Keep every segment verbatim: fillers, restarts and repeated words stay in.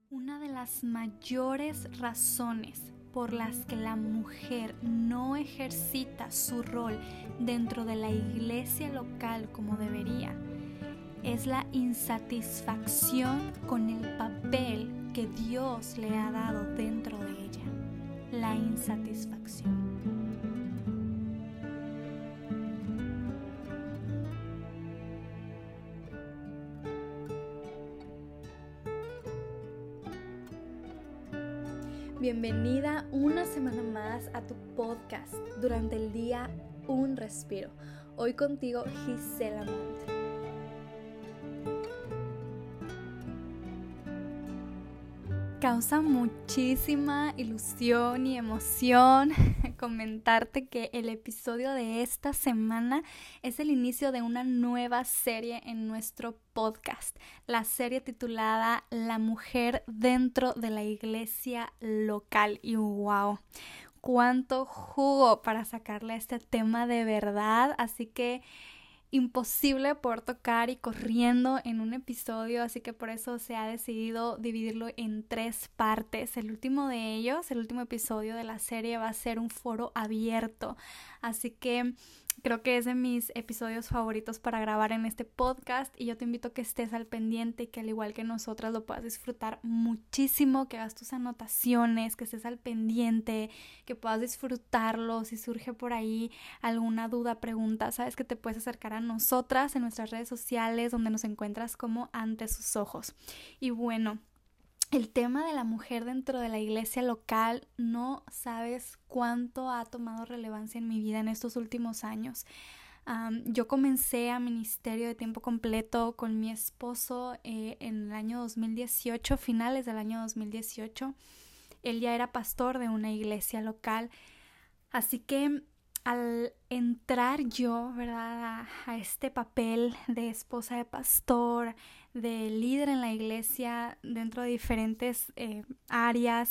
Una de las mayores razones por las que la mujer no ejercita su rol dentro de la iglesia local como debería es la insatisfacción con el papel que Dios le ha dado dentro de ella. La insatisfacción. Bienvenida una semana más a tu podcast Durante el Día Un Respiro. Hoy contigo Gisela Montt. Causa muchísima ilusión y emoción comentarte que el episodio de esta semana es el inicio de una nueva serie en nuestro podcast, la serie titulada La mujer dentro de la iglesia local. Y wow, cuánto jugo para sacarle a este tema de verdad, así que imposible por tocar y corriendo en un episodio, así que por eso se ha decidido dividirlo en tres partes. El último de ellos, el último episodio de la serie va a ser un foro abierto, así que creo que es de mis episodios favoritos para grabar en este podcast y yo te invito a que estés al pendiente y que al igual que nosotras lo puedas disfrutar muchísimo, que hagas tus anotaciones, que estés al pendiente, que puedas disfrutarlo. Si surge por ahí alguna duda, pregunta, sabes que te puedes acercar a nosotras en nuestras redes sociales donde nos encuentras como Ante Sus Ojos. Y bueno, el tema de la mujer dentro de la iglesia local no sabes cuánto ha tomado relevancia en mi vida en estos últimos años. Um, yo comencé a ministerio de tiempo completo con mi esposo eh, en el año dos mil dieciocho, finales del año dos mil dieciocho. Él ya era pastor de una iglesia local, así que al entrar yo, ¿verdad?, a, a este papel de esposa de pastor, de líder en la iglesia dentro de diferentes eh, áreas,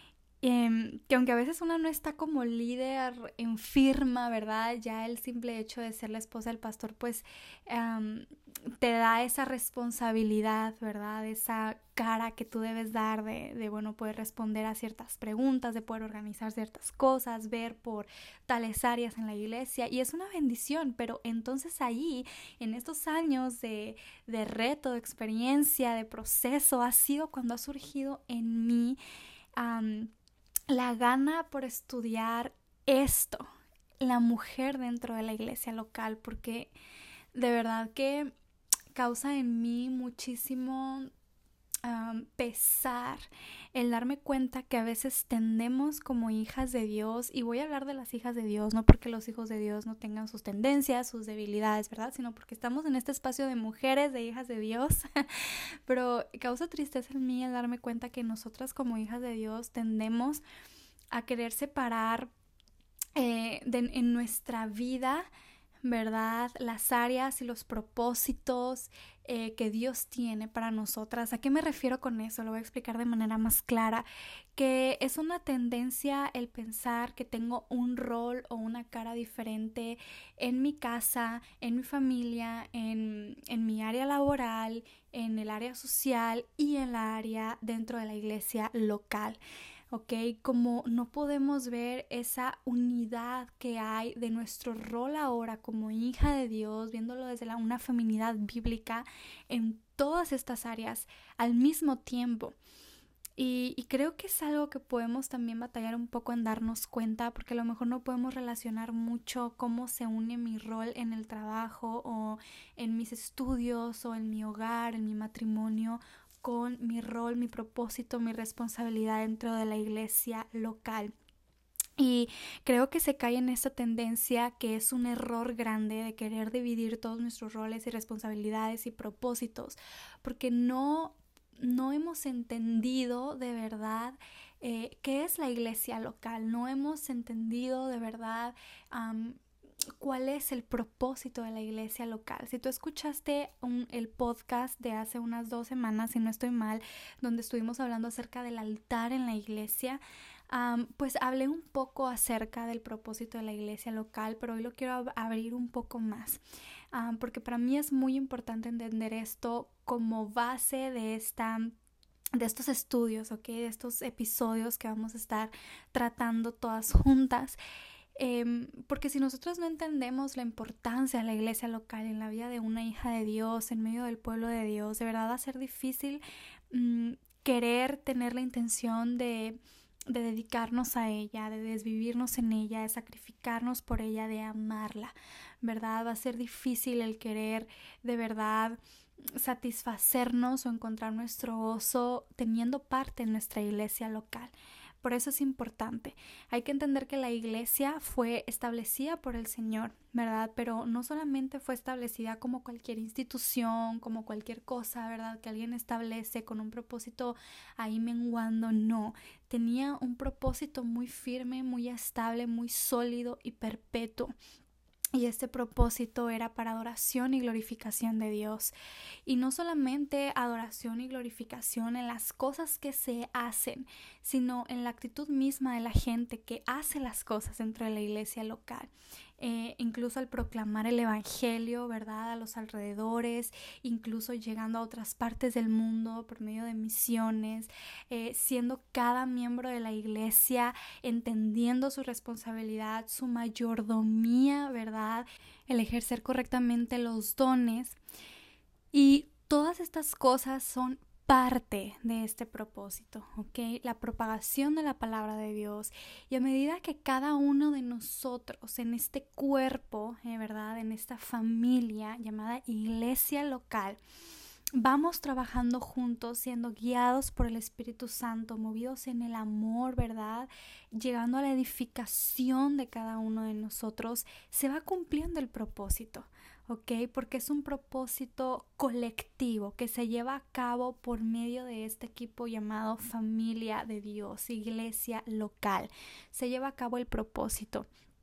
eh, que aunque a veces uno no está como líder en firma, ¿verdad?, ya el simple hecho de ser la esposa del pastor pues um, te da esa responsabilidad, ¿verdad?, esa cara que tú debes dar de, de, bueno, poder responder a ciertas preguntas, de poder organizar ciertas cosas, ver por tales áreas en la iglesia, y es una bendición. Pero entonces ahí, en estos años de, de reto, de experiencia, de proceso, ha sido cuando ha surgido en mí um, la gana por estudiar esto, la mujer dentro de la iglesia local, porque de verdad que causa en mí muchísimo um, pesar el darme cuenta que a veces tendemos como hijas de Dios, y voy a hablar de las hijas de Dios, no porque los hijos de Dios no tengan sus tendencias, sus debilidades, ¿verdad?, sino porque estamos en este espacio de mujeres, de hijas de Dios, pero causa tristeza en mí el darme cuenta que nosotras como hijas de Dios tendemos a querer separar eh, de, en nuestra vida, ¿verdad?, las áreas y los propósitos eh, que Dios tiene para nosotras. ¿A qué me refiero con eso? Lo voy a explicar de manera más clara, que es una tendencia el pensar que tengo un rol o una cara diferente en mi casa, en mi familia, en, en mi área laboral, en el área social y en la área dentro de la iglesia local. ¿Ok? Como no podemos ver esa unidad que hay de nuestro rol ahora como hija de Dios, viéndolo desde la, una feminidad bíblica en todas estas áreas al mismo tiempo. Y, y creo que es algo que podemos también batallar un poco en darnos cuenta, porque a lo mejor no podemos relacionar mucho cómo se une mi rol en el trabajo o en mis estudios o en mi hogar, en mi matrimonio, con mi rol, mi propósito, mi responsabilidad dentro de la iglesia local. Y creo que se cae en esta tendencia que es un error grande de querer dividir todos nuestros roles y responsabilidades y propósitos, porque no, no hemos entendido de verdad eh, qué es la iglesia local, no hemos entendido de verdad um, cuál es el propósito de la iglesia local. Si tú escuchaste un, el podcast de hace unas dos semanas, si no estoy mal, donde estuvimos hablando acerca del altar en la iglesia, um, pues hablé un poco acerca del propósito de la iglesia local, pero hoy lo quiero ab- abrir un poco más, um, porque para mí es muy importante entender esto como base de esta de estos estudios, ¿ok? De estos episodios que vamos a estar tratando todas juntas. Eh, porque si nosotros no entendemos la importancia de la iglesia local en la vida de una hija de Dios, en medio del pueblo de Dios, de verdad va a ser difícil mmm, querer tener la intención de, de dedicarnos a ella, de desvivirnos en ella, de sacrificarnos por ella, de amarla, ¿verdad? Va a ser difícil el querer de verdad satisfacernos o encontrar nuestro gozo teniendo parte en nuestra iglesia local. Por eso es importante. Hay que entender que la iglesia fue establecida por el Señor, ¿verdad? Pero no solamente fue establecida como cualquier institución, como cualquier cosa, ¿verdad? Que alguien establece con un propósito ahí menguando, no. Tenía un propósito muy firme, muy estable, muy sólido y perpetuo. Y este propósito era para adoración y glorificación de Dios. Y no solamente adoración y glorificación en las cosas que se hacen, sino en la actitud misma de la gente que hace las cosas dentro de la iglesia local. Eh, incluso al proclamar el evangelio, ¿verdad? A los alrededores, incluso llegando a otras partes del mundo por medio de misiones, eh, siendo cada miembro de la iglesia, entendiendo su responsabilidad, su mayordomía, ¿verdad? El ejercer correctamente los dones. Y todas estas cosas son parte de este propósito, ¿ok? La propagación de la palabra de Dios. Y a medida que cada uno de nosotros en este cuerpo, eh, ¿verdad? En esta familia llamada iglesia local, vamos trabajando juntos, siendo guiados por el Espíritu Santo, movidos en el amor, ¿verdad? Llegando a la edificación de cada uno de nosotros, se va cumpliendo el propósito, ¿ok? Porque es un propósito colectivo que se lleva a cabo por medio de este equipo llamado familia de Dios, iglesia local. Se lleva a cabo el propósito.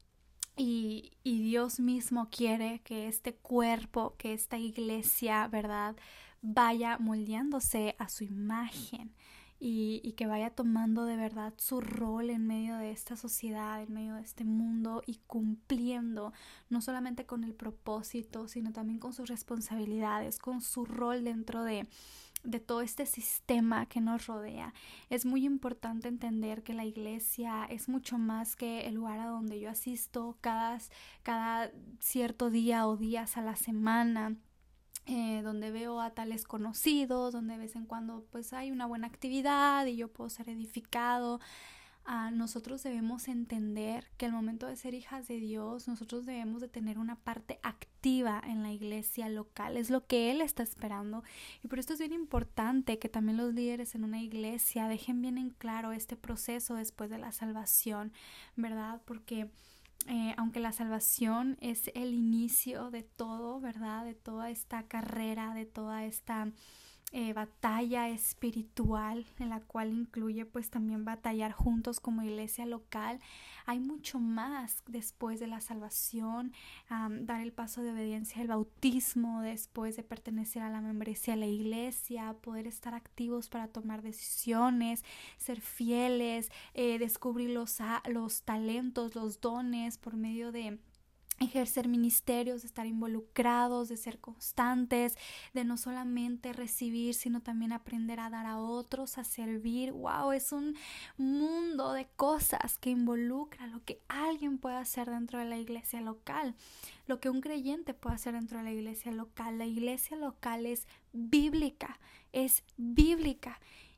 Y, y Dios mismo quiere que este cuerpo, que esta iglesia, ¿verdad?, vaya moldeándose a su imagen y, y que vaya tomando de verdad su rol en medio de esta sociedad, en medio de este mundo y cumpliendo no solamente con el propósito, sino también con sus responsabilidades, con su rol dentro de de todo este sistema que nos rodea. Es muy importante entender que la iglesia es mucho más que el lugar a donde yo asisto cada, cada cierto día o días a la semana, eh, donde veo a tales conocidos, donde de vez en cuando pues hay una buena actividad y yo puedo ser edificado. Uh, nosotros debemos entender que al momento de ser hijas de Dios, nosotros debemos de tener una parte activa en la iglesia local. Es lo que Él está esperando. Y por esto es bien importante que también los líderes en una iglesia dejen bien en claro este proceso después de la salvación, ¿verdad? Porque Eh, aunque la salvación es el inicio de todo, ¿verdad? De toda esta carrera, de toda esta eh, batalla espiritual, en la cual incluye pues también batallar juntos como iglesia local. Hay mucho más después de la salvación, um, dar el paso de obediencia al bautismo, después de pertenecer a la membresía de la iglesia, poder estar activos para tomar decisiones, ser fieles, eh, descubrir los, los talentos, los dones por medio de ejercer ministerios, de estar involucrados, de ser constantes, de no solamente recibir, sino también aprender a dar a otros, a servir. Wow, es un mundo de cosas que involucra lo que alguien puede hacer dentro de la iglesia local, lo que un creyente puede hacer dentro de la iglesia local. La iglesia local es bíblica, es bíblica.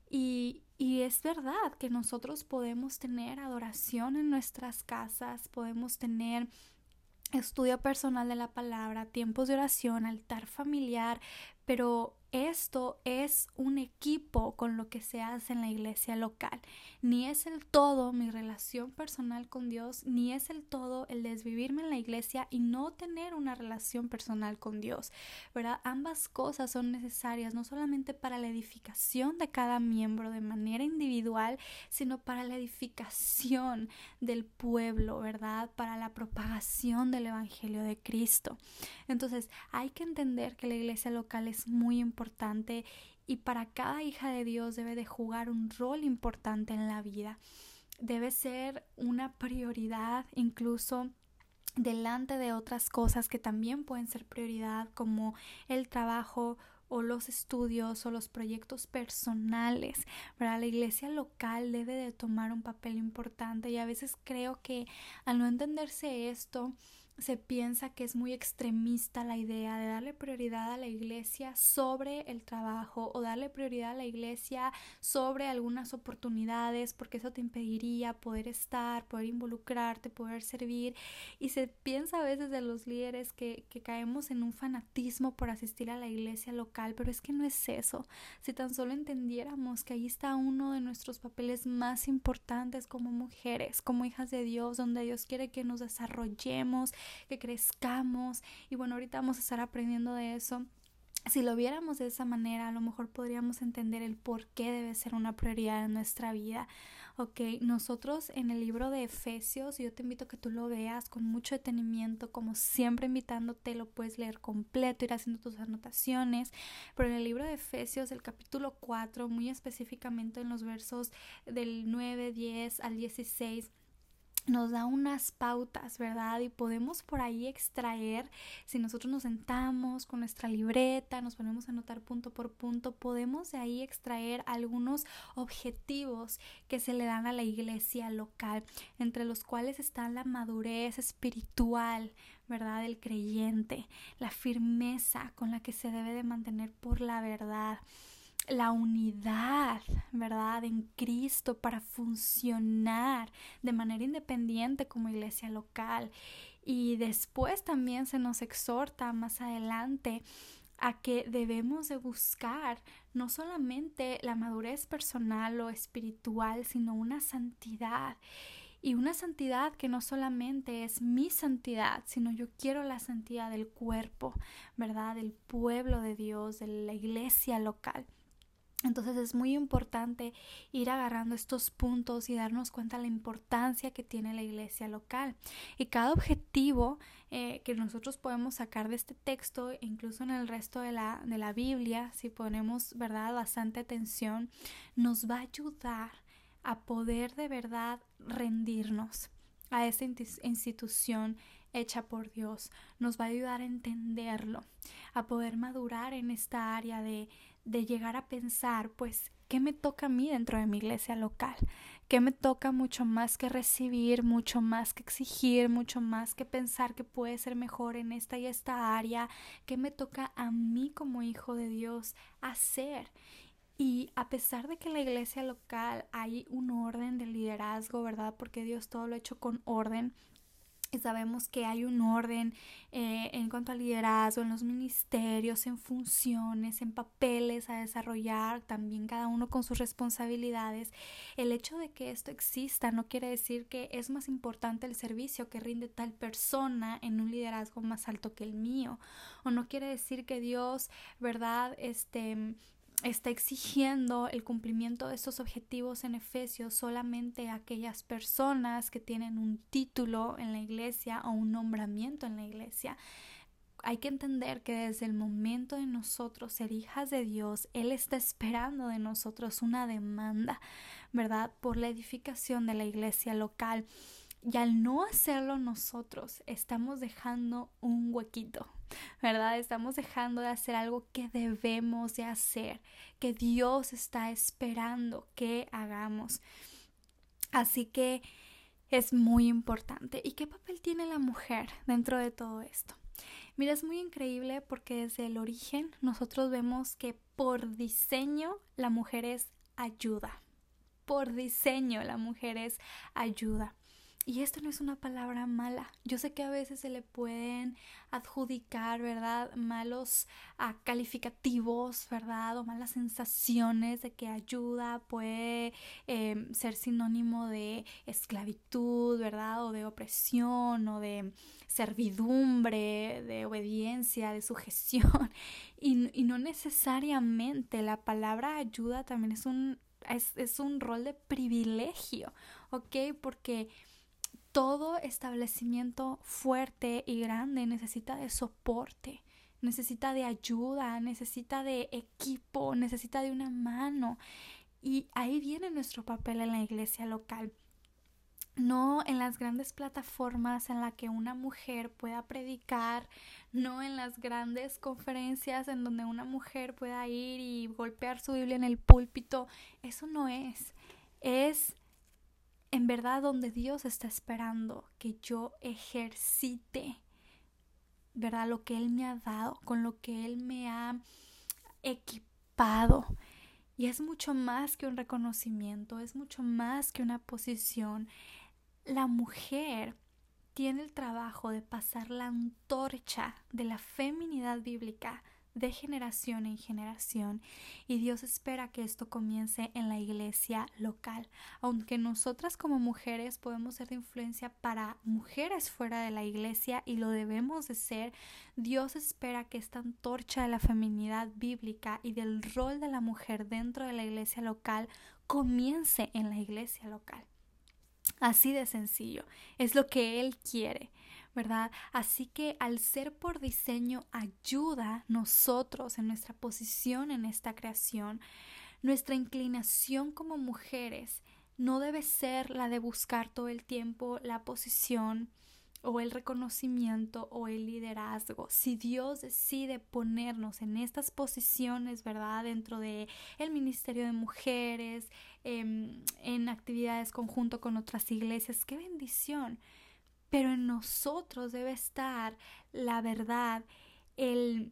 Y, y es verdad que nosotros podemos tener adoración en nuestras casas, podemos tener estudio personal de la palabra, tiempos de oración, altar familiar, pero esto es un equipo con lo que se hace en la iglesia local. Ni es el todo mi relación personal con Dios, ni es el todo el desvivirme en la iglesia y no tener una relación personal con Dios, ¿verdad? Ambas cosas son necesarias, no solamente para la edificación de cada miembro de manera individual, sino para la edificación del pueblo, ¿verdad? Para la propagación del evangelio de Cristo. Entonces, hay que entender que la iglesia local es muy importante y para cada hija de Dios debe de jugar un rol importante en la vida. Debe ser una prioridad incluso delante de otras cosas que también pueden ser prioridad, como el trabajo, o los estudios o los proyectos personales, ¿verdad? La iglesia local debe de tomar un papel importante y a veces creo que al no entenderse esto, se piensa que es muy extremista la idea de darle prioridad a la iglesia sobre el trabajo o darle prioridad a la iglesia sobre algunas oportunidades porque eso te impediría poder estar, poder involucrarte, poder servir, y se piensa a veces de los líderes que, que caemos en un fanatismo por asistir a la iglesia local, pero es que no es eso. Si tan solo entendiéramos que ahí está uno de nuestros papeles más importantes como mujeres, como hijas de Dios, donde Dios quiere que nos desarrollemos, que crezcamos, y bueno, ahorita vamos a estar aprendiendo de eso. Si lo viéramos de esa manera, a lo mejor podríamos entender el por qué debe ser una prioridad en nuestra vida. Ok, nosotros en el libro de Efesios, yo te invito a que tú lo veas con mucho detenimiento, como siempre invitándote, lo puedes leer completo, ir haciendo tus anotaciones, pero en el libro de Efesios, el capítulo cuatro, muy específicamente en los versos del nueve, diez al dieciséis, nos da unas pautas, ¿verdad? Y podemos por ahí extraer, si nosotros nos sentamos con nuestra libreta, nos ponemos a anotar punto por punto, podemos de ahí extraer algunos objetivos que se le dan a la iglesia local, entre los cuales está la madurez espiritual, ¿verdad? Del creyente, la firmeza con la que se debe de mantener por la verdad, la unidad, ¿verdad? En Cristo para funcionar de manera independiente como iglesia local. Y después también se nos exhorta más adelante a que debemos de buscar no solamente la madurez personal o espiritual, sino una santidad. Y una santidad que no solamente es mi santidad, sino yo quiero la santidad del cuerpo, ¿verdad? Del pueblo de Dios, de la iglesia local. Entonces es muy importante ir agarrando estos puntos y darnos cuenta de la importancia que tiene la iglesia local. Y cada objetivo eh, que nosotros podemos sacar de este texto, incluso en el resto de la, de la Biblia, si ponemos, ¿verdad?, bastante atención, nos va a ayudar a poder de verdad rendirnos a esta institución hecha por Dios. Nos va a ayudar a entenderlo, a poder madurar en esta área de de llegar a pensar, pues, ¿qué me toca a mí dentro de mi iglesia local? ¿Qué me toca mucho más que recibir, mucho más que exigir, mucho más que pensar que puede ser mejor en esta y esta área? ¿Qué me toca a mí como hijo de Dios hacer? Y a pesar de que en la iglesia local hay un orden de liderazgo, ¿verdad? Porque Dios todo lo ha hecho con orden. Y sabemos que hay un orden eh, en cuanto al liderazgo, en los ministerios, en funciones, en papeles a desarrollar, también cada uno con sus responsabilidades. El hecho de que esto exista no quiere decir que es más importante el servicio que rinde tal persona en un liderazgo más alto que el mío. O no quiere decir que Dios, ¿verdad?, este... está exigiendo el cumplimiento de estos objetivos en Efesios solamente a aquellas personas que tienen un título en la iglesia o un nombramiento en la iglesia. Hay que entender que desde el momento de nosotros ser hijas de Dios, Él está esperando de nosotros una demanda, ¿verdad?, por la edificación de la iglesia local. Y al no hacerlo nosotros, estamos dejando un huequito, ¿verdad? Estamos dejando de hacer algo que debemos de hacer, que Dios está esperando que hagamos. Así que es muy importante. ¿Y qué papel tiene la mujer dentro de todo esto? Mira, es muy increíble porque desde el origen nosotros vemos que por diseño la mujer es ayuda. Por diseño la mujer es ayuda. Y esto no es una palabra mala. Yo sé que a veces se le pueden adjudicar, ¿verdad?, malos uh, calificativos, ¿verdad?, o malas sensaciones de que ayuda puede eh, ser sinónimo de esclavitud, ¿verdad?, o de opresión, o de servidumbre, de obediencia, de sujeción. Y, y no necesariamente. La palabra ayuda también es un, es, es un rol de privilegio, ¿ok? Porque todo establecimiento fuerte y grande necesita de soporte, necesita de ayuda, necesita de equipo, necesita de una mano. Y ahí viene nuestro papel en la iglesia local. no en las grandes plataformas en las que una mujer pueda predicar, no en las grandes conferencias en donde una mujer pueda ir y golpear su Biblia en el púlpito. Eso no es. Es en verdad donde Dios está esperando que yo ejercite, ¿verdad? Lo que Él me ha dado, con lo que Él me ha equipado. Y es mucho más que un reconocimiento, es mucho más que una posición. La mujer tiene el trabajo de pasar la antorcha de la feminidad bíblica de generación en generación, y Dios espera que esto comience en la iglesia local. Aunque nosotras como mujeres podemos ser de influencia para mujeres fuera de la iglesia, y lo debemos de ser, Dios espera que esta antorcha de la feminidad bíblica y del rol de la mujer dentro de la iglesia local comience en la iglesia local. Así de sencillo, es lo que Él quiere, ¿verdad? Así que al ser por diseño ayuda nosotros en nuestra posición en esta creación, nuestra inclinación como mujeres no debe ser la de buscar todo el tiempo la posición o el reconocimiento o el liderazgo. Si Dios decide ponernos en estas posiciones, ¿verdad? Dentro de el ministerio de mujeres, eh, en actividades conjunto con otras iglesias, ¡qué bendición! Pero en nosotros debe estar la verdad, el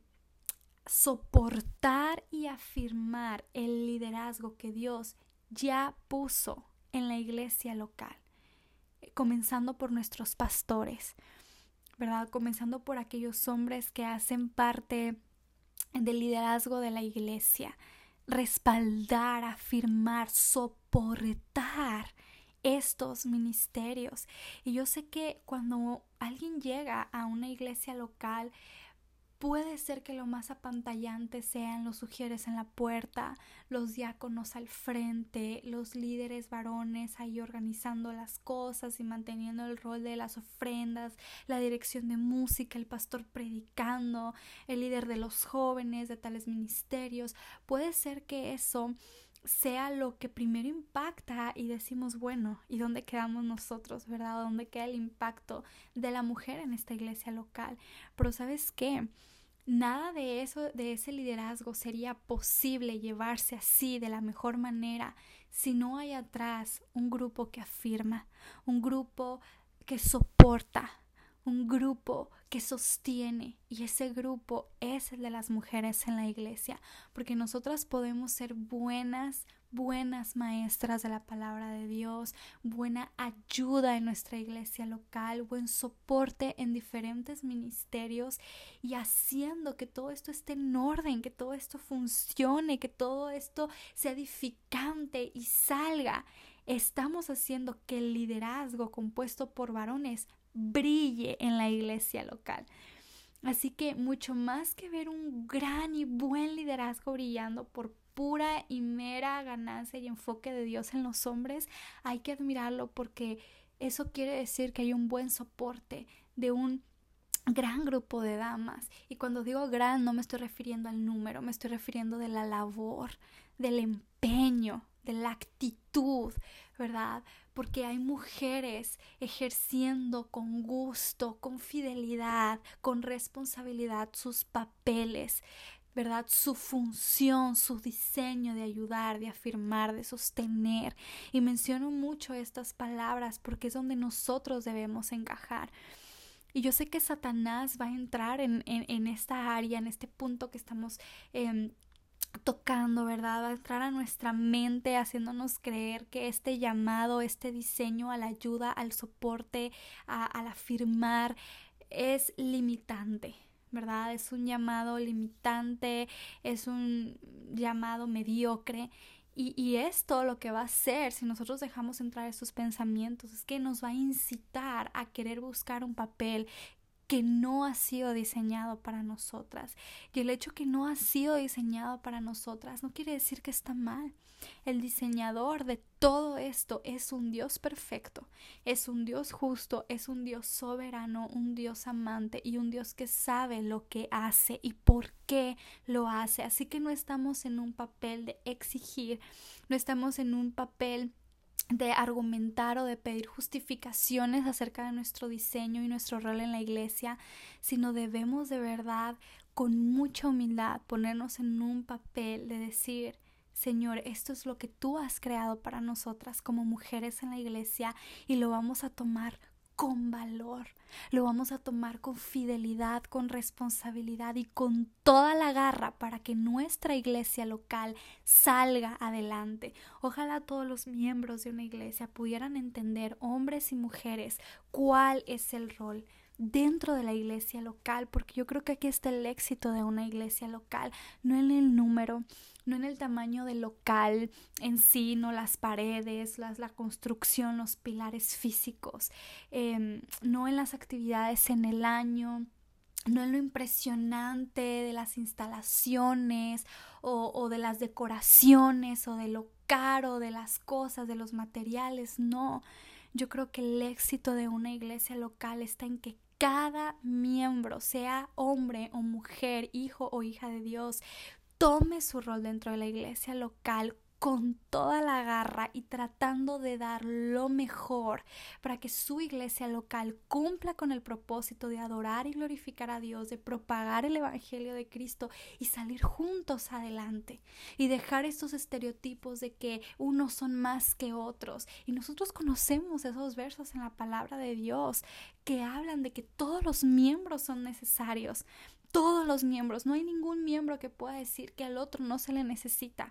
soportar y afirmar el liderazgo que Dios ya puso en la iglesia local, comenzando por nuestros pastores, ¿verdad? Comenzando por aquellos hombres que hacen parte del liderazgo de la iglesia. Respaldar, afirmar, soportar estos ministerios. Y yo sé que cuando alguien llega a una iglesia local, puede ser que lo más apantallante sean los sugieres en la puerta, los diáconos al frente, los líderes varones ahí organizando las cosas y manteniendo el rol de las ofrendas, la dirección de música, el pastor predicando, el líder de los jóvenes de tales ministerios. Puede ser que eso sea lo que primero impacta y decimos, bueno, ¿y dónde quedamos nosotros, verdad? ¿Dónde queda el impacto de la mujer en esta iglesia local? Pero ¿sabes qué? Nada de eso, de ese liderazgo sería posible llevarse así de la mejor manera si no hay atrás un grupo que afirma, un grupo que soporta, un grupo que sostiene, y ese grupo es el de las mujeres en la iglesia, porque nosotras podemos ser buenas, buenas maestras de la palabra de Dios, buena ayuda en nuestra iglesia local, buen soporte en diferentes ministerios, y haciendo que todo esto esté en orden, que todo esto funcione, que todo esto sea edificante y salga. Estamos haciendo que el liderazgo compuesto por varones brille en la iglesia local. Así que mucho más que ver un gran y buen liderazgo brillando por pura y mera ganancia y enfoque de Dios en los hombres, hay que admirarlo, porque eso quiere decir que hay un buen soporte de un gran grupo de damas. Y cuando digo gran, no me estoy refiriendo al número, me estoy refiriendo de la labor, del empeño, de la actitud, ¿verdad? Porque hay mujeres ejerciendo con gusto, con fidelidad, con responsabilidad sus papeles, ¿verdad? Su función, su diseño de ayudar, de afirmar, de sostener. Y menciono mucho estas palabras porque es donde nosotros debemos encajar. Y yo sé que Satanás va a entrar en, en, en esta área, en este punto que estamos eh, tocando, ¿verdad? Va a entrar a nuestra mente haciéndonos creer que este llamado, este diseño a la ayuda, al soporte, a, al afirmar es limitante, ¿verdad? Es un llamado limitante, es un llamado mediocre. Y, y esto lo que va a hacer, si nosotros dejamos entrar esos pensamientos, es que nos va a incitar a querer buscar un papel que no ha sido diseñado para nosotras. Y el hecho que no ha sido diseñado para nosotras no quiere decir que está mal. El diseñador de todo esto es un Dios perfecto, es un Dios justo, es un Dios soberano, un Dios amante y un Dios que sabe lo que hace y por qué lo hace. Así que no estamos en un papel de exigir, no estamos en un papel de argumentar o de pedir justificaciones acerca de nuestro diseño y nuestro rol en la iglesia, sino debemos de verdad, con mucha humildad, ponernos en un papel de decir: Señor, esto es lo que tú has creado para nosotras como mujeres en la iglesia, y lo vamos a tomar con valor, lo vamos a tomar con fidelidad, con responsabilidad y con toda la garra para que nuestra iglesia local salga adelante. Ojalá todos los miembros de una iglesia pudieran entender, hombres y mujeres, cuál es el rol dentro de la iglesia local, porque yo creo que aquí está el éxito de una iglesia local, no en el número, no en el tamaño del local en sí, no las paredes, las, la construcción, los pilares físicos, eh, no en las actividades en el año, no en lo impresionante de las instalaciones o, o de las decoraciones o de lo caro de las cosas, de los materiales, no. Yo creo que el éxito de una iglesia local está en que cada miembro, sea hombre o mujer, hijo o hija de Dios, tome su rol dentro de la iglesia local con toda la garra y tratando de dar lo mejor para que su iglesia local cumpla con el propósito de adorar y glorificar a Dios, de propagar el evangelio de Cristo y salir juntos adelante y dejar estos estereotipos de que unos son más que otros. Y nosotros conocemos esos versos en la palabra de Dios que hablan de que todos los miembros son necesarios, todos los miembros, no hay ningún miembro que pueda decir que al otro no se le necesita.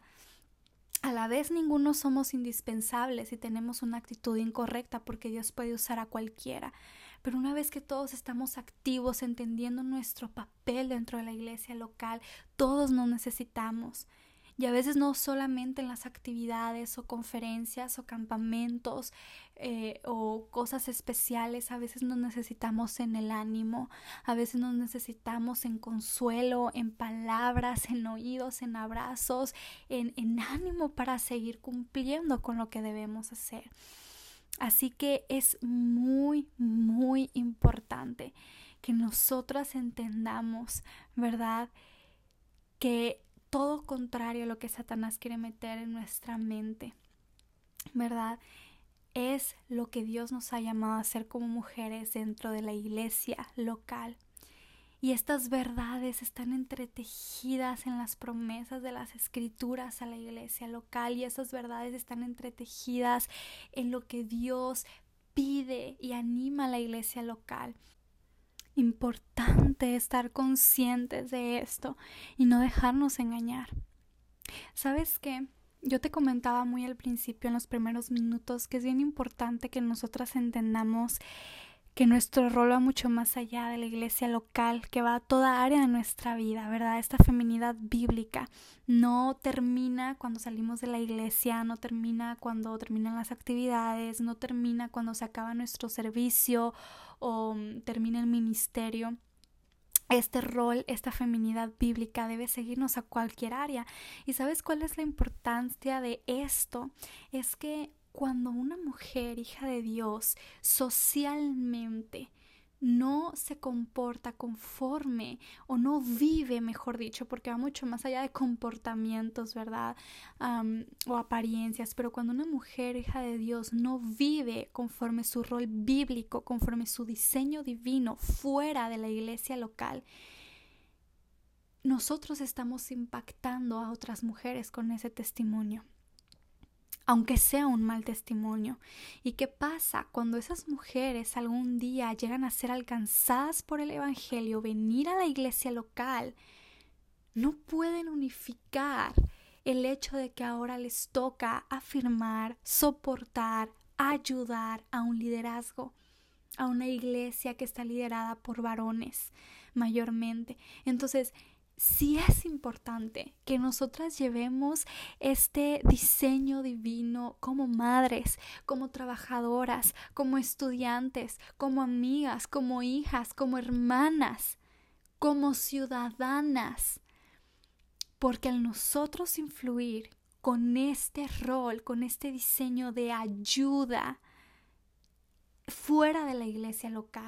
A la vez ninguno somos indispensables y tenemos una actitud incorrecta, porque Dios puede usar a cualquiera. Pero una vez que todos estamos activos, entendiendo nuestro papel dentro de la iglesia local, todos nos necesitamos. Y a veces no solamente en las actividades o conferencias o campamentos eh, o cosas especiales, a veces nos necesitamos en el ánimo, a veces nos necesitamos en consuelo, en palabras, en oídos, en abrazos, en, en ánimo para seguir cumpliendo con lo que debemos hacer. Así que es muy, muy importante que nosotras entendamos, ¿verdad?, que todo contrario a lo que Satanás quiere meter en nuestra mente, ¿verdad?, es lo que Dios nos ha llamado a hacer como mujeres dentro de la iglesia local. Y estas verdades están entretejidas en las promesas de las escrituras a la iglesia local, y esas verdades están entretejidas en lo que Dios pide y anima a la iglesia local. Importante estar conscientes de esto y no dejarnos engañar. ¿Sabes qué? Yo te comentaba muy al principio, en los primeros minutos, que es bien importante que nosotras entendamos que nuestro rol va mucho más allá de la iglesia local, que va a toda área de nuestra vida, ¿verdad? Esta feminidad bíblica no termina cuando salimos de la iglesia, no termina cuando terminan las actividades, no termina cuando se acaba nuestro servicio o termina el ministerio. Este rol, esta feminidad bíblica debe seguirnos a cualquier área. ¿Y sabes cuál es la importancia de esto? Es que cuando una mujer, hija de Dios, socialmente no se comporta conforme o no vive, mejor dicho, porque va mucho más allá de comportamientos, ¿verdad? Um, o apariencias, pero cuando una mujer, hija de Dios, no vive conforme su rol bíblico, conforme su diseño divino fuera de la iglesia local, nosotros estamos impactando a otras mujeres con ese testimonio, aunque sea un mal testimonio. ¿Y qué pasa cuando esas mujeres algún día llegan a ser alcanzadas por el evangelio, venir a la iglesia local? No pueden unificar el hecho de que ahora les toca afirmar, soportar, ayudar a un liderazgo, a una iglesia que está liderada por varones mayormente. Entonces, sí es importante que nosotras llevemos este diseño divino como madres, como trabajadoras, como estudiantes, como amigas, como hijas, como hermanas, como ciudadanas, porque al nosotros influir con este rol, con este diseño de ayuda fuera de la iglesia local,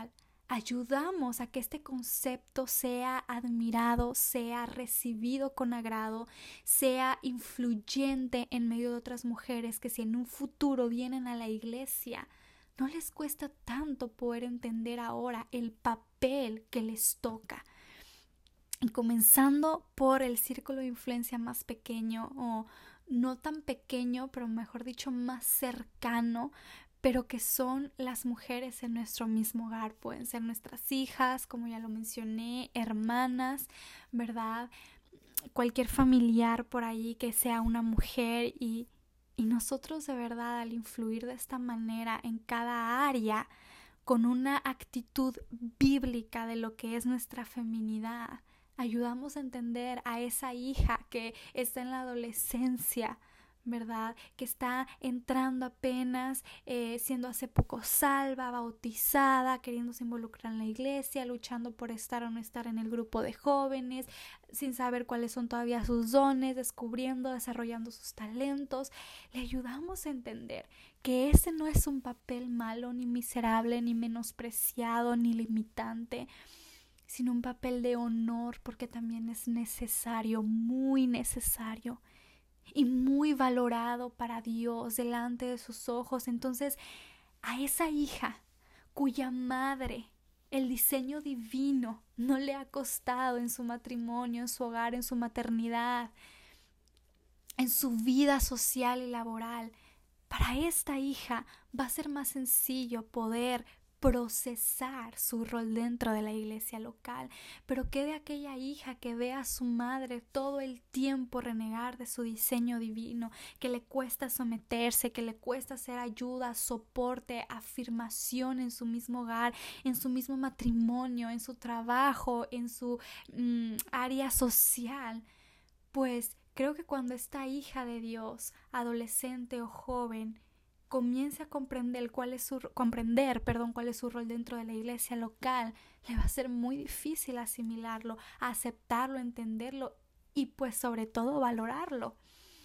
ayudamos a que este concepto sea admirado, sea recibido con agrado, sea influyente en medio de otras mujeres que si en un futuro vienen a la iglesia, no les cuesta tanto poder entender ahora el papel que les toca. Y comenzando por el círculo de influencia más pequeño, o no tan pequeño, pero mejor dicho más cercano, pero que son las mujeres en nuestro mismo hogar. Pueden ser nuestras hijas, como ya lo mencioné, hermanas, ¿verdad? Cualquier familiar por ahí que sea una mujer y, y nosotros de verdad al influir de esta manera en cada área, con una actitud bíblica de lo que es nuestra feminidad, ayudamos a entender a esa hija que está en la adolescencia, ¿verdad? Que está entrando apenas, eh, siendo hace poco salva, bautizada, queriéndose involucrar en la iglesia, luchando por estar o no estar en el grupo de jóvenes, sin saber cuáles son todavía sus dones, descubriendo, desarrollando sus talentos. Le ayudamos a entender que ese no es un papel malo, ni miserable, ni menospreciado, ni limitante, sino un papel de honor, porque también es necesario, muy necesario y muy valorado para Dios delante de sus ojos. Entonces, a esa hija cuya madre, el diseño divino no le ha costado en su matrimonio, en su hogar, en su maternidad, en su vida social y laboral, para esta hija va a ser más sencillo poder procesar su rol dentro de la iglesia local. Pero ¿qué de aquella hija que ve a su madre todo el tiempo renegar de su diseño divino, que le cuesta someterse, que le cuesta hacer ayuda, soporte, afirmación en su mismo hogar, en su mismo matrimonio, en su trabajo, en su mm, área social? Pues creo que cuando esta hija de Dios, adolescente o joven, comience a comprender cuál es su comprender, perdón, cuál es su rol dentro de la iglesia local, le va a ser muy difícil asimilarlo, aceptarlo, entenderlo y pues sobre todo valorarlo.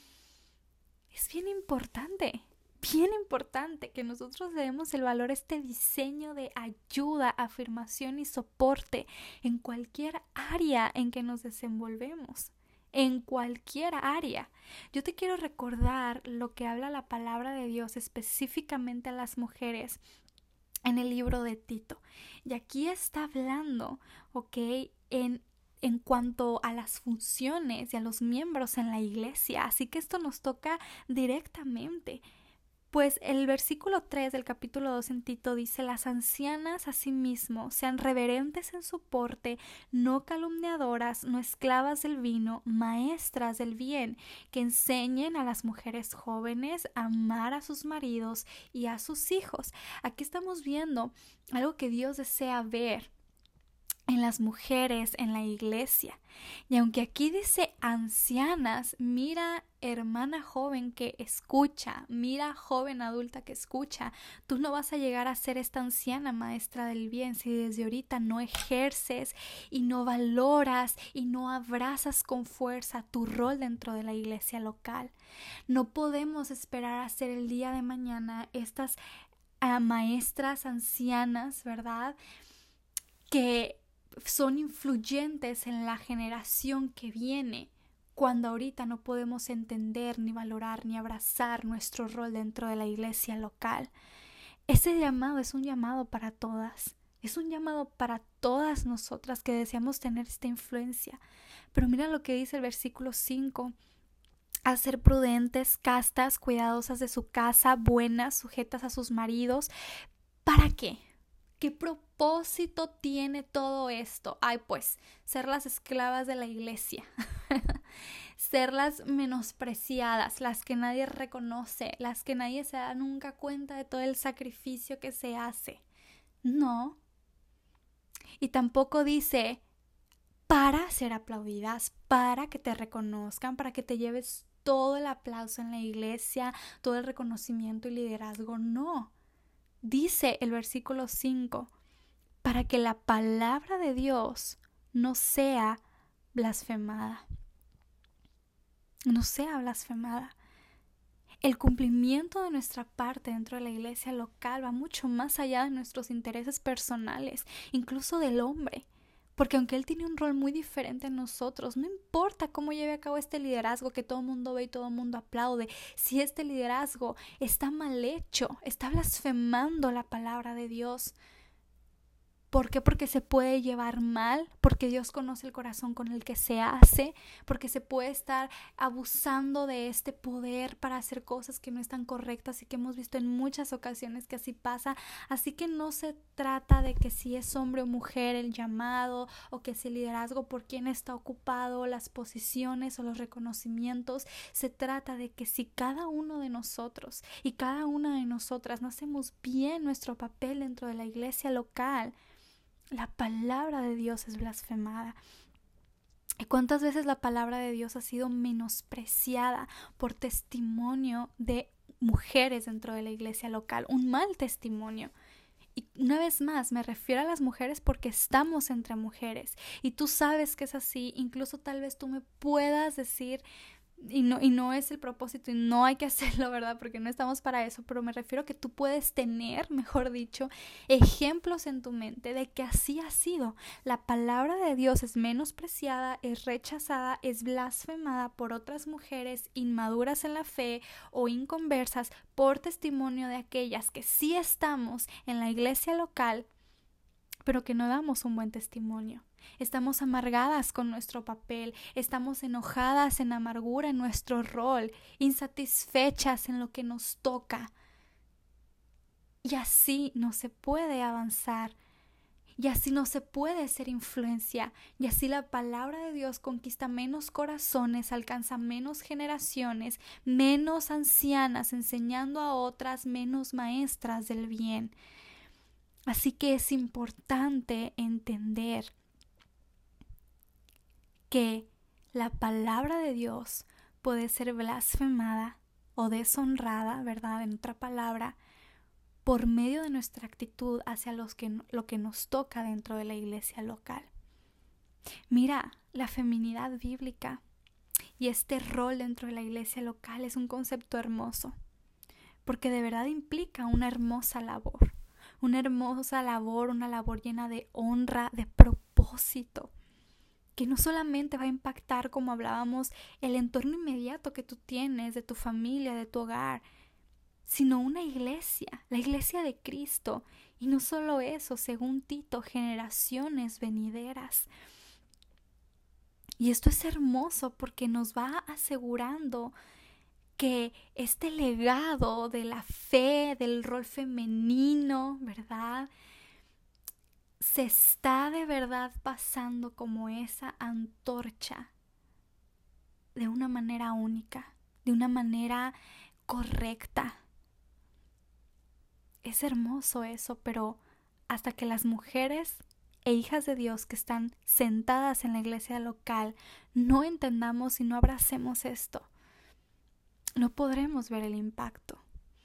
Es bien importante, bien importante que nosotros le demos el valor a este diseño de ayuda, afirmación y soporte en cualquier área en que nos desenvolvemos. En cualquier área. Yo te quiero recordar lo que habla la palabra de Dios específicamente a las mujeres en el libro de Tito. Y aquí está hablando, ¿ok? En, en cuanto a las funciones y a los miembros en la iglesia. Así que esto nos toca directamente. Pues el versículo tres del capítulo dos en Tito dice: las ancianas asimismo sean reverentes en su porte, no calumniadoras, no esclavas del vino, maestras del bien, que enseñen a las mujeres jóvenes a amar a sus maridos y a sus hijos. Aquí estamos viendo algo que Dios desea ver en las mujeres en la iglesia. Y aunque aquí dice ancianas, mira hermana joven que escucha, mira joven adulta que escucha, tú no vas a llegar a ser esta anciana maestra del bien si desde ahorita no ejerces y no valoras y no abrazas con fuerza tu rol dentro de la iglesia local. No podemos esperar a ser el día de mañana estas uh, maestras ancianas, ¿verdad? Que son influyentes en la generación que viene, cuando ahorita no podemos entender, ni valorar, ni abrazar nuestro rol dentro de la iglesia local. Ese llamado es un llamado para todas, es un llamado para todas nosotras que deseamos tener esta influencia. Pero mira lo que dice el versículo cinco: a ser prudentes, castas, cuidadosas de su casa, buenas, sujetas a sus maridos. ¿Para qué? ¿Qué propósito tiene todo esto? Ay, pues, ser las esclavas de la iglesia, ser las menospreciadas, las que nadie reconoce, las que nadie se da nunca cuenta de todo el sacrificio que se hace. No. Y tampoco dice para ser aplaudidas, para que te reconozcan, para que te lleves todo el aplauso en la iglesia, todo el reconocimiento y liderazgo. No. Dice el versículo cinco, para que la palabra de Dios no sea blasfemada. No sea blasfemada. El cumplimiento de nuestra parte dentro de la iglesia local va mucho más allá de nuestros intereses personales, incluso del hombre. Porque aunque él tiene un rol muy diferente a nosotros, no importa cómo lleve a cabo este liderazgo que todo el mundo ve y todo el mundo aplaude, si este liderazgo está mal hecho, está blasfemando la palabra de Dios. ¿Por qué? Porque se puede llevar mal, porque Dios conoce el corazón con el que se hace, porque se puede estar abusando de este poder para hacer cosas que no están correctas y que hemos visto en muchas ocasiones que así pasa. Así que no se trata de que si es hombre o mujer el llamado, o que si el liderazgo por quién está ocupado, las posiciones o los reconocimientos. Se trata de que si cada uno de nosotros y cada una de nosotras no hacemos bien nuestro papel dentro de la iglesia local, la palabra de Dios es blasfemada. ¿Y cuántas veces la palabra de Dios ha sido menospreciada por testimonio de mujeres dentro de la iglesia local? Un mal testimonio. Y una vez más, me refiero a las mujeres porque estamos entre mujeres. Y tú sabes que es así. Incluso tal vez tú me puedas decir... Y no, y no es el propósito y no hay que hacerlo, ¿verdad? Porque no estamos para eso, pero me refiero a que tú puedes tener, mejor dicho, ejemplos en tu mente de que así ha sido. La palabra de Dios es menospreciada, es rechazada, es blasfemada por otras mujeres inmaduras en la fe o inconversas por testimonio de aquellas que sí estamos en la iglesia local, pero que no damos un buen testimonio. Estamos amargadas con nuestro papel, estamos enojadas en amargura en nuestro rol, insatisfechas en lo que nos toca. Y así no se puede avanzar, y así no se puede ser influencia, y así la palabra de Dios conquista menos corazones, alcanza menos generaciones, menos ancianas, enseñando a otras menos maestras del bien. Así que es importante entender que la palabra de Dios puede ser blasfemada o deshonrada, ¿verdad? En otra palabra, por medio de nuestra actitud hacia los que, lo que nos toca dentro de la iglesia local. Mira, la feminidad bíblica y este rol dentro de la iglesia local es un concepto hermoso, porque de verdad implica una hermosa labor, una hermosa labor, una labor llena de honra, de propósito, que no solamente va a impactar, como hablábamos, el entorno inmediato que tú tienes, de tu familia, de tu hogar, sino una iglesia, la iglesia de Cristo. Y no solo eso, según Tito, generaciones venideras. Y esto es hermoso porque nos va asegurando que este legado de la fe, del rol femenino, ¿verdad?, se está de verdad pasando como esa antorcha de una manera única, de una manera correcta. Es hermoso eso, pero hasta que las mujeres e hijas de Dios que están sentadas en la iglesia local no entendamos y no abracemos esto, no podremos ver el impacto.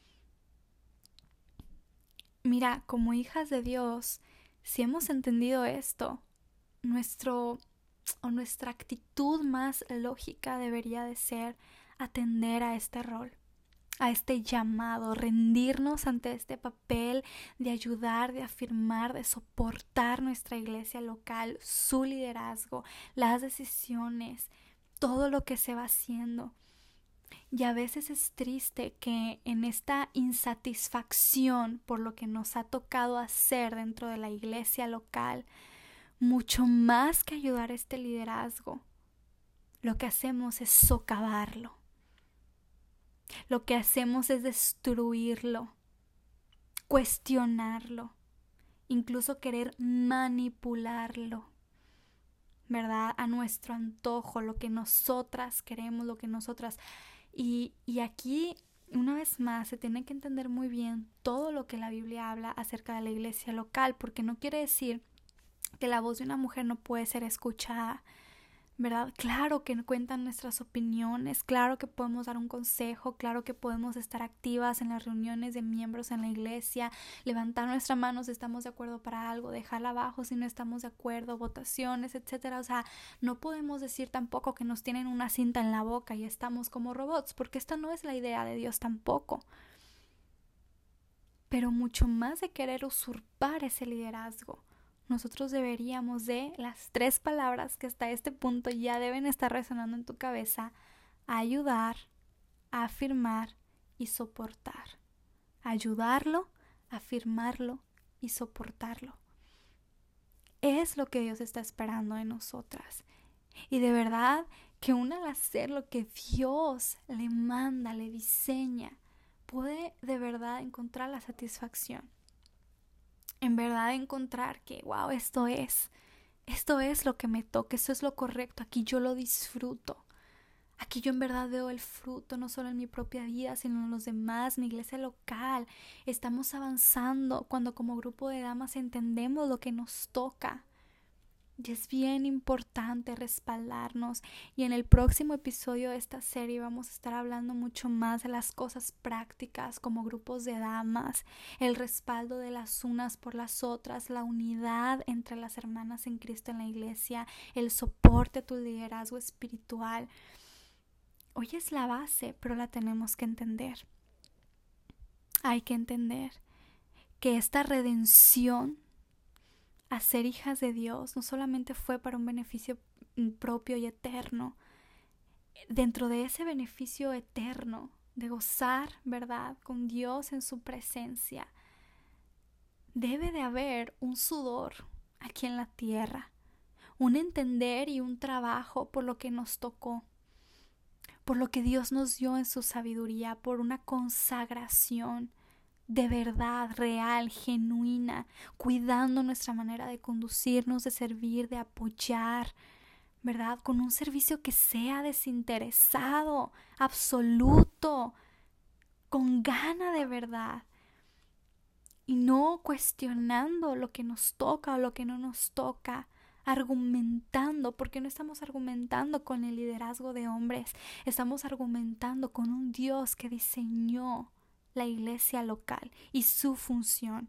Mira, como hijas de Dios, si hemos entendido esto, nuestro o nuestra actitud más lógica debería de ser atender a este rol, a este llamado, rendirnos ante este papel de ayudar, de afirmar, de soportar nuestra iglesia local, su liderazgo, las decisiones, todo lo que se va haciendo. Y a veces es triste que en esta insatisfacción por lo que nos ha tocado hacer dentro de la iglesia local, mucho más que ayudar a este liderazgo, lo que hacemos es socavarlo. Lo que hacemos es destruirlo, cuestionarlo, incluso querer manipularlo, ¿verdad? A nuestro antojo, lo que nosotras queremos, lo que nosotras... Y, y aquí, una vez más, se tiene que entender muy bien todo lo que la Biblia habla acerca de la iglesia local, porque no quiere decir que la voz de una mujer no puede ser escuchada, ¿verdad? Claro que cuentan nuestras opiniones, claro que podemos dar un consejo, claro que podemos estar activas en las reuniones de miembros en la iglesia, levantar nuestra mano si estamos de acuerdo para algo, dejarla abajo si no estamos de acuerdo, votaciones, etcétera. O sea, no podemos decir tampoco que nos tienen una cinta en la boca y estamos como robots, porque esta no es la idea de Dios tampoco. Pero mucho más de querer usurpar ese liderazgo, nosotros deberíamos de las tres palabras que hasta este punto ya deben estar resonando en tu cabeza: ayudar, afirmar y soportar. Ayudarlo, afirmarlo y soportarlo. Es lo que Dios está esperando de nosotras. Y de verdad que uno al hacer lo que Dios le manda, le diseña, puede de verdad encontrar la satisfacción. En verdad encontrar que, wow, esto es, esto es lo que me toca, esto es lo correcto, aquí yo lo disfruto. Aquí yo en verdad veo el fruto, no solo en mi propia vida, sino en los demás, mi iglesia local. Estamos avanzando cuando como grupo de damas entendemos lo que nos toca. Y es bien importante respaldarnos. Y en el próximo episodio de esta serie vamos a estar hablando mucho más de las cosas prácticas como grupos de damas, el respaldo de las unas por las otras, la unidad entre las hermanas en Cristo en la iglesia, el soporte a tu liderazgo espiritual. Hoy es la base, pero la tenemos que entender. Hay que entender que esta redención a ser hijas de Dios no solamente fue para un beneficio propio y eterno. Dentro de ese beneficio eterno de gozar, ¿verdad?, con Dios en su presencia, debe de haber un sudor aquí en la tierra, un entender y un trabajo por lo que nos tocó, por lo que Dios nos dio en su sabiduría, por una consagración de verdad, real, genuina, cuidando nuestra manera de conducirnos, de servir, de apoyar, ¿verdad? Con un servicio que sea desinteresado, absoluto, con gana de verdad. Y no cuestionando lo que nos toca o lo que no nos toca, argumentando, porque no estamos argumentando con el liderazgo de hombres, estamos argumentando con un Dios que diseñó la iglesia local y su función.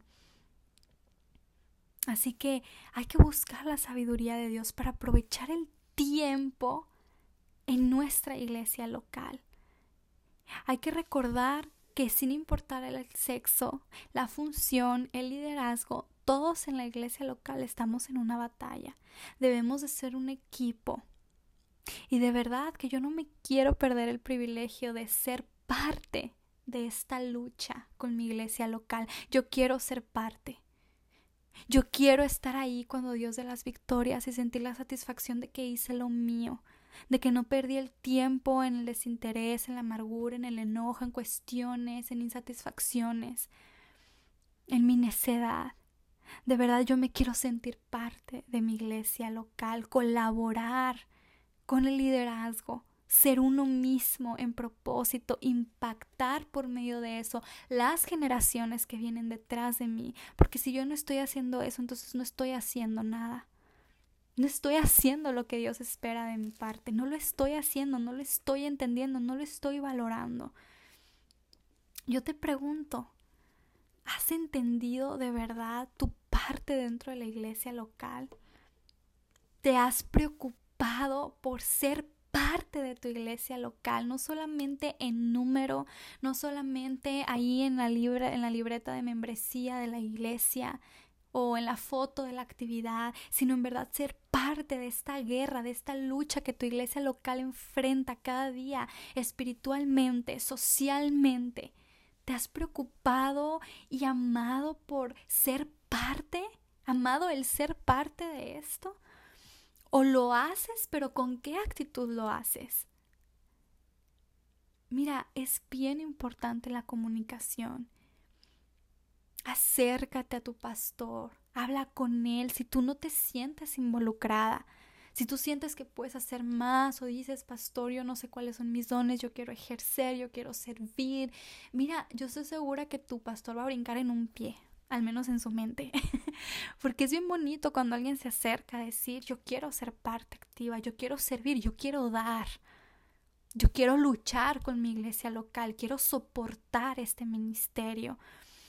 Así que hay que buscar la sabiduría de Dios para aprovechar el tiempo en nuestra iglesia local. Hay que recordar que sin importar el sexo, la función, el liderazgo, todos en la iglesia local estamos en una batalla. Debemos de ser un equipo. Y de verdad que yo no me quiero perder el privilegio de ser parte de esta lucha con mi iglesia local. Yo quiero ser parte. Yo quiero estar ahí cuando Dios dé las victorias y sentir la satisfacción de que hice lo mío, de que no perdí el tiempo en el desinterés, en la amargura, en el enojo, en cuestiones, en insatisfacciones, en mi necedad. De verdad yo me quiero sentir parte de mi iglesia local, colaborar con el liderazgo, ser uno mismo en propósito, impactar por medio de eso las generaciones que vienen detrás de mí. Porque si yo no estoy haciendo eso, entonces no estoy haciendo nada. No estoy haciendo lo que Dios espera de mi parte. No lo estoy haciendo, no lo estoy entendiendo, no lo estoy valorando. Yo te pregunto, ¿has entendido de verdad tu parte dentro de la iglesia local? ¿Te has preocupado por ser parte de tu iglesia local, no solamente en número, no solamente ahí en la, libre, en la libreta de membresía de la iglesia o en la foto de la actividad, sino en verdad ser parte de esta guerra, de esta lucha que tu iglesia local enfrenta cada día espiritualmente, socialmente? ¿Te has preocupado y amado por ser parte? ¿Amado el ser parte de esto? ¿O lo haces, pero con qué actitud lo haces? Mira, es bien importante la comunicación. Acércate a tu pastor, habla con él. Si tú no te sientes involucrada, si tú sientes que puedes hacer más o dices, pastor, yo no sé cuáles son mis dones, yo quiero ejercer, yo quiero servir. Mira, yo estoy segura que tu pastor va a brincar en un pie. al menos en su mente. Porque es bien bonito cuando alguien se acerca a decir, yo quiero ser parte activa, yo quiero servir, yo quiero dar, yo quiero luchar con mi iglesia local, quiero soportar este ministerio.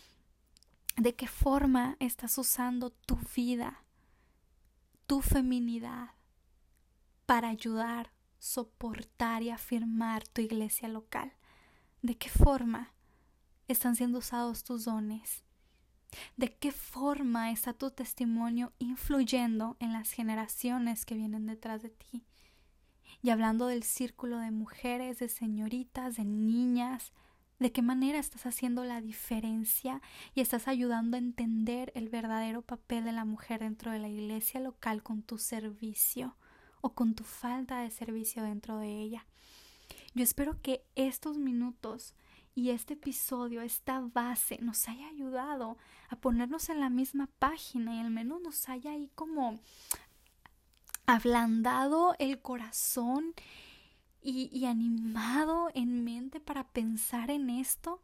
¿De qué forma estás usando tu vida, tu feminidad, para ayudar, soportar y afirmar tu iglesia local? ¿De qué forma están siendo usados tus dones? ¿De qué forma está tu testimonio influyendo en las generaciones que vienen detrás de ti? Y hablando del círculo de mujeres, de señoritas, de niñas, ¿de qué manera estás haciendo la diferencia y estás ayudando a entender el verdadero papel de la mujer dentro de la iglesia local con tu servicio o con tu falta de servicio dentro de ella? Yo espero que estos minutos y este episodio, esta base, nos haya ayudado a ponernos en la misma página y al menos nos haya ahí como ablandado el corazón y, y animado en mente para pensar en esto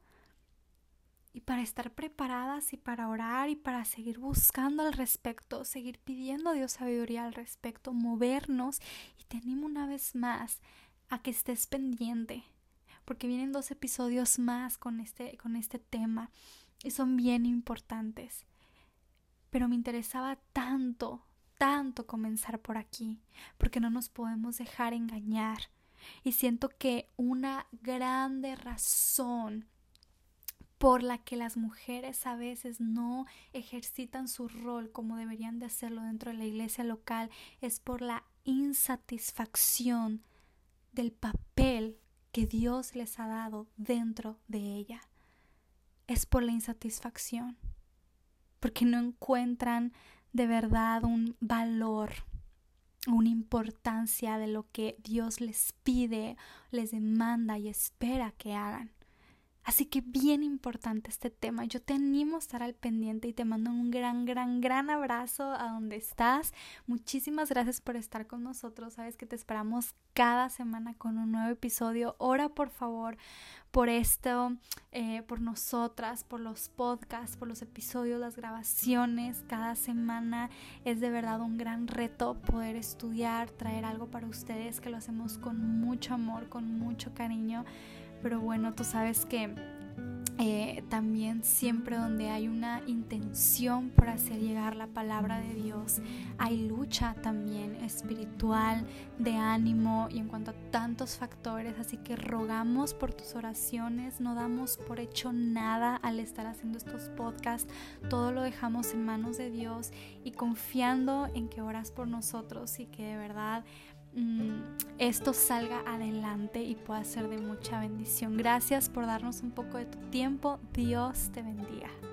y para estar preparadas y para orar y para seguir buscando al respecto, seguir pidiendo a Dios sabiduría al respecto, movernos. Y te animo una vez más a que estés pendiente, porque vienen dos episodios más con este, con este tema y son bien importantes. Pero me interesaba tanto, tanto comenzar por aquí, porque no nos podemos dejar engañar. Y siento que una grande razón por la que las mujeres a veces no ejercitan su rol como deberían de hacerlo dentro de la iglesia local es por la insatisfacción del papel que Dios les ha dado dentro de ella. Es por la insatisfacción, porque no encuentran de verdad un valor, una importancia de lo que Dios les pide, les demanda y espera que hagan. Así que bien importante este tema. Yo te animo a estar al pendiente y te mando un gran, gran, gran abrazo a donde estás. Muchísimas gracias por estar con nosotros. Sabes que te esperamos cada semana con un nuevo episodio. Ora por favor por esto, eh, por nosotras, por los podcasts, por los episodios, las grabaciones. Cada semana es de verdad un gran reto poder estudiar, traer algo para ustedes, que lo hacemos con mucho amor, con mucho cariño. Pero bueno, tú sabes que eh, también siempre donde hay una intención por hacer llegar la palabra de Dios, hay lucha también espiritual, de ánimo y en cuanto a tantos factores. Así que rogamos por tus oraciones, no damos por hecho nada al estar haciendo estos podcasts. Todo lo dejamos en manos de Dios y confiando en que oras por nosotros y que de verdad esto salga adelante y pueda ser de mucha bendición. Gracias por darnos un poco de tu tiempo. Dios te bendiga.